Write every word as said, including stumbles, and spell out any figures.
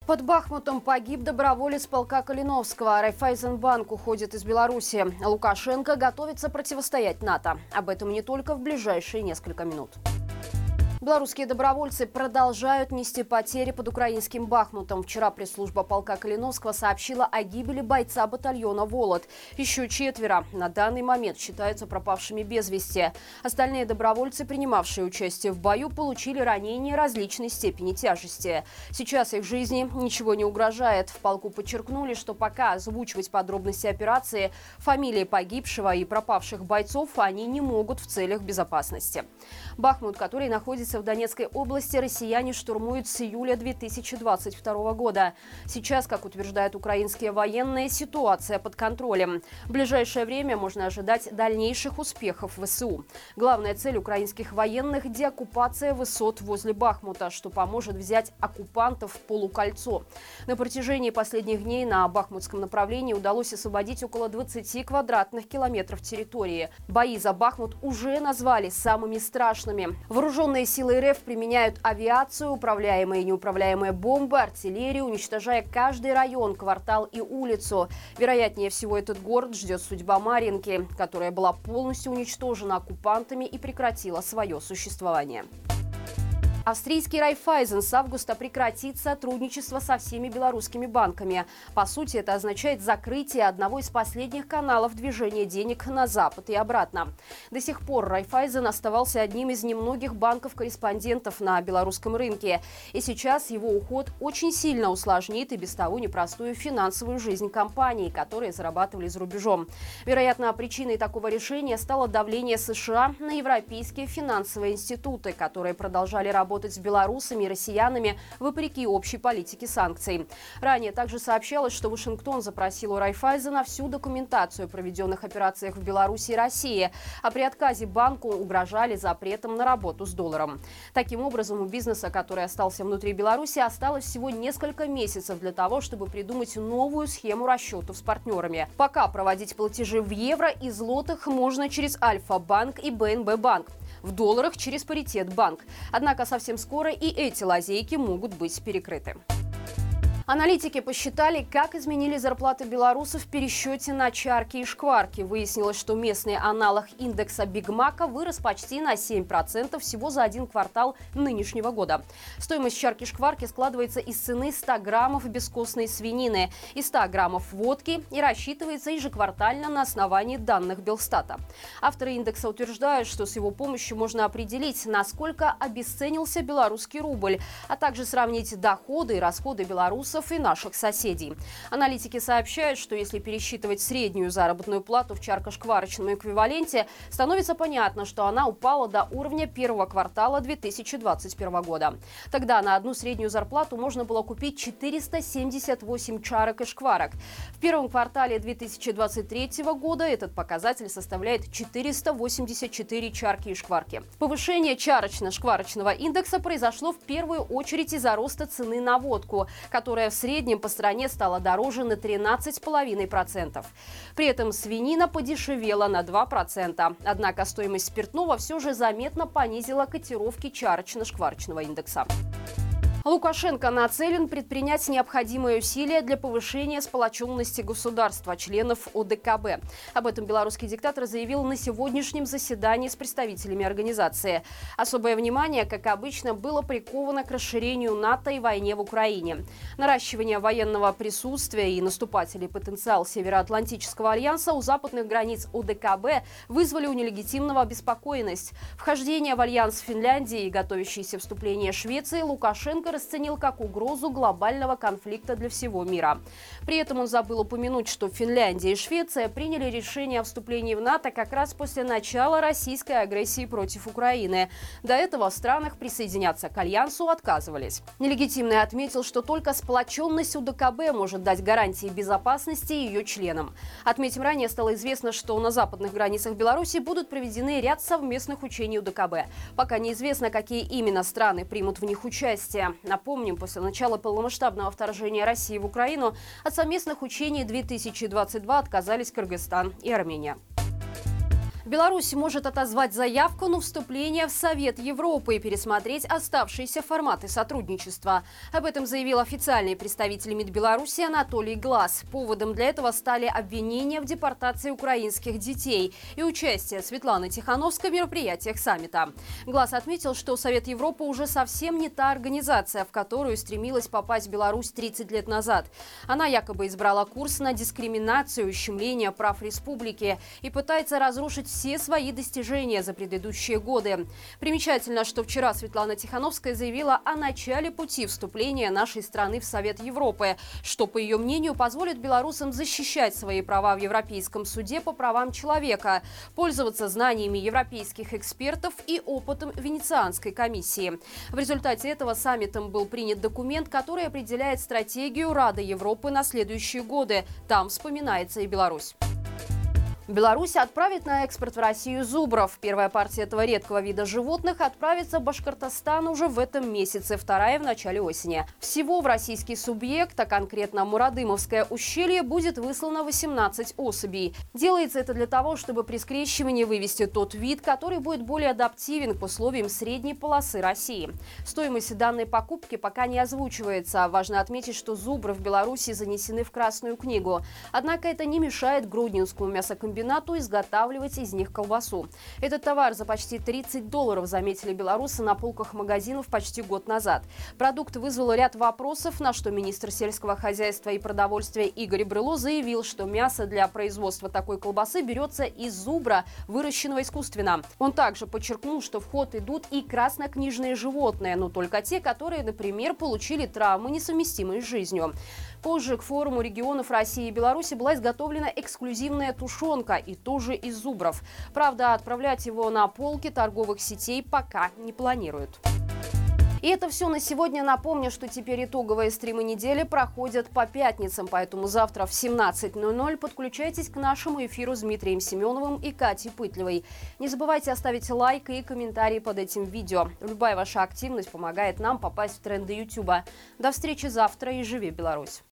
Под Бахмутом погиб доброволец полка Калиновского. Райффайзенбанк уходит из Беларуси. Лукашенко готовится противостоять НАТО. Об этом не только в ближайшие несколько минут. Белорусские добровольцы продолжают нести потери под украинским Бахмутом. Вчера пресс-служба полка Калиновского сообщила о гибели бойца батальона «Волод». Еще четверо на данный момент считаются пропавшими без вести. Остальные добровольцы, принимавшие участие в бою, получили ранения различной степени тяжести. Сейчас их жизни ничего не угрожает. В полку подчеркнули, что пока озвучивать подробности операции, фамилии погибшего и пропавших бойцов они не могут в целях безопасности. Бахмут, который находится в Донецкой области, россияне штурмуют с июля две тысячи двадцать второго года. Сейчас, как утверждают украинские военные, ситуация под контролем. В ближайшее время можно ожидать дальнейших успехов ВСУ. Главная цель украинских военных – деоккупация высот возле Бахмута, что поможет взять оккупантов в полукольцо. На протяжении последних дней на бахмутском направлении удалось освободить около двадцати квадратных километров территории. Бои за Бахмут уже назвали самыми страшными. Вооруженные силы РФ применяют авиацию, управляемые и неуправляемые бомбы, артиллерию, уничтожая каждый район, квартал и улицу. Вероятнее всего, этот город ждет судьба Марьинки, которая была полностью уничтожена оккупантами и прекратила свое существование. Австрийский Райффайзен с августа прекратит сотрудничество со всеми белорусскими банками. По сути, это означает закрытие одного из последних каналов движения денег на Запад и обратно. До сих пор Райффайзен оставался одним из немногих банков-корреспондентов на белорусском рынке. И сейчас его уход очень сильно усложнит и без того непростую финансовую жизнь компаний, которые зарабатывали за рубежом. Вероятно, причиной такого решения стало давление США на европейские финансовые институты, которые продолжали работать работать с белорусами и россиянами вопреки общей политике санкций. Ранее также сообщалось, что Вашингтон запросил у Райффайзена всю документацию о проведенных операциях в Беларуси и России, а при отказе банку угрожали запретом на работу с долларом. Таким образом, у бизнеса, который остался внутри Беларуси, осталось всего несколько месяцев для того, чтобы придумать новую схему расчетов с партнерами. Пока проводить платежи в евро и злотых можно через Альфа-банк и БНБ-банк. В долларах через Паритет-банк. Однако совсем скоро и эти лазейки могут быть перекрыты. Аналитики посчитали, как изменили зарплаты белорусов в пересчете на чарки и шкварки. Выяснилось, что местный аналог индекса Биг Мака вырос почти на семь процентов всего за один квартал нынешнего года. Стоимость чарки-шкварки складывается из цены ста граммов бескостной свинины и ста граммов водки и рассчитывается ежеквартально на основании данных Белстата. Авторы индекса утверждают, что с его помощью можно определить, насколько обесценился белорусский рубль, а также сравнить доходы и расходы белорусов и наших соседей. Аналитики сообщают, что если пересчитывать среднюю заработную плату в чарко-шкварочном эквиваленте, становится понятно, что она упала до уровня первого квартала две тысячи двадцать первого года. Тогда на одну среднюю зарплату можно было купить четыреста семьдесят восемь чарок и шкварок. В первом квартале две тысячи двадцать третьего года этот показатель составляет четыреста восемьдесят четыре чарки и шкварки. Повышение чарочно-шкварочного индекса произошло в первую очередь из-за роста цены на водку, которая в среднем по стране стала дороже на тринадцать целых пять десятых процента. При этом свинина подешевела на два процента. Однако стоимость спиртного все же заметно понизила котировки чарочно-шкварочного индекса. Лукашенко нацелен предпринять необходимые усилия для повышения сплоченности государства, членов О Дэ Ка Бэ. Об этом белорусский диктатор заявил на сегодняшнем заседании с представителями организации. Особое внимание, как обычно, было приковано к расширению НАТО и войне в Украине. Наращивание военного присутствия и наступательный потенциал Североатлантического альянса у западных границ О Дэ Ка Бэ вызвали у нелегитимного обеспокоенность. Вхождение в альянс Финляндии и готовящееся вступление Швеции Лукашенко расценил как угрозу глобального конфликта для всего мира. При этом он забыл упомянуть, что Финляндия и Швеция приняли решение о вступлении в НАТО как раз после начала российской агрессии против Украины. До этого в странах присоединяться к альянсу отказывались. Нелегитимный отметил, что только сплоченность О Дэ Ка Бэ может дать гарантии безопасности ее членам. Отметим, ранее стало известно, что на западных границах Беларуси будут проведены ряд совместных учений О Дэ Ка Бэ. Пока неизвестно, какие именно страны примут в них участие. Напомним, после начала полномасштабного вторжения России в Украину от совместных учений две тысячи двадцать два отказались Кыргызстан и Армения. Беларусь может отозвать заявку на вступление в Совет Европы и пересмотреть оставшиеся форматы сотрудничества. Об этом заявил официальный представитель МИД Беларуси Анатолий Глаз. Поводом для этого стали обвинения в депортации украинских детей и участие Светланы Тихановской в мероприятиях саммита. Глаз отметил, что Совет Европы уже совсем не та организация, в которую стремилась попасть Беларусь тридцать лет назад. Она якобы избрала курс на дискриминацию, ущемление прав республики и пытается разрушить все свои достижения за предыдущие годы. Примечательно, что вчера Светлана Тихановская заявила о начале пути вступления нашей страны в Совет Европы, что, по ее мнению, позволит белорусам защищать свои права в Европейском суде по правам человека, пользоваться знаниями европейских экспертов и опытом Венецианской комиссии. В результате этого саммитом был принят документ, который определяет стратегию Рады Европы на следующие годы. Там вспоминается и Беларусь. Беларусь отправит на экспорт в Россию зубров. Первая партия этого редкого вида животных отправится в Башкортостан уже в этом месяце, вторая в начале осени. Всего в российский субъект, а конкретно Мурадымовское ущелье, будет выслано восемнадцать особей. Делается это для того, чтобы при скрещивании вывести тот вид, который будет более адаптивен к условиям средней полосы России. Стоимость данной покупки пока не озвучивается. Важно отметить, что зубры в Беларуси занесены в Красную книгу. Однако это не мешает Гродненскому мясокомбинату изготавливать из них колбасу. Этот товар за почти тридцать долларов заметили белорусы на полках магазинов почти год назад. Продукт вызвал ряд вопросов, на что министр сельского хозяйства и продовольствия Игорь Брыло заявил, что мясо для производства такой колбасы берется из зубра, выращенного искусственно. Он также подчеркнул, что в ход идут и краснокнижные животные, но только те, которые, например, получили травмы, несовместимые с жизнью. Позже к форуму регионов России и Беларуси была изготовлена эксклюзивная тушенка, и тоже из зубров. Правда, отправлять его на полки торговых сетей пока не планируют. И это все на сегодня. Напомню, что теперь итоговые стримы недели проходят по пятницам, поэтому завтра в семнадцать ноль ноль подключайтесь к нашему эфиру с Дмитрием Семеновым и Катей Пытлевой. Не забывайте оставить лайк и комментарий под этим видео. Любая ваша активность помогает нам попасть в тренды Ютуба. До встречи завтра и живи Беларусь!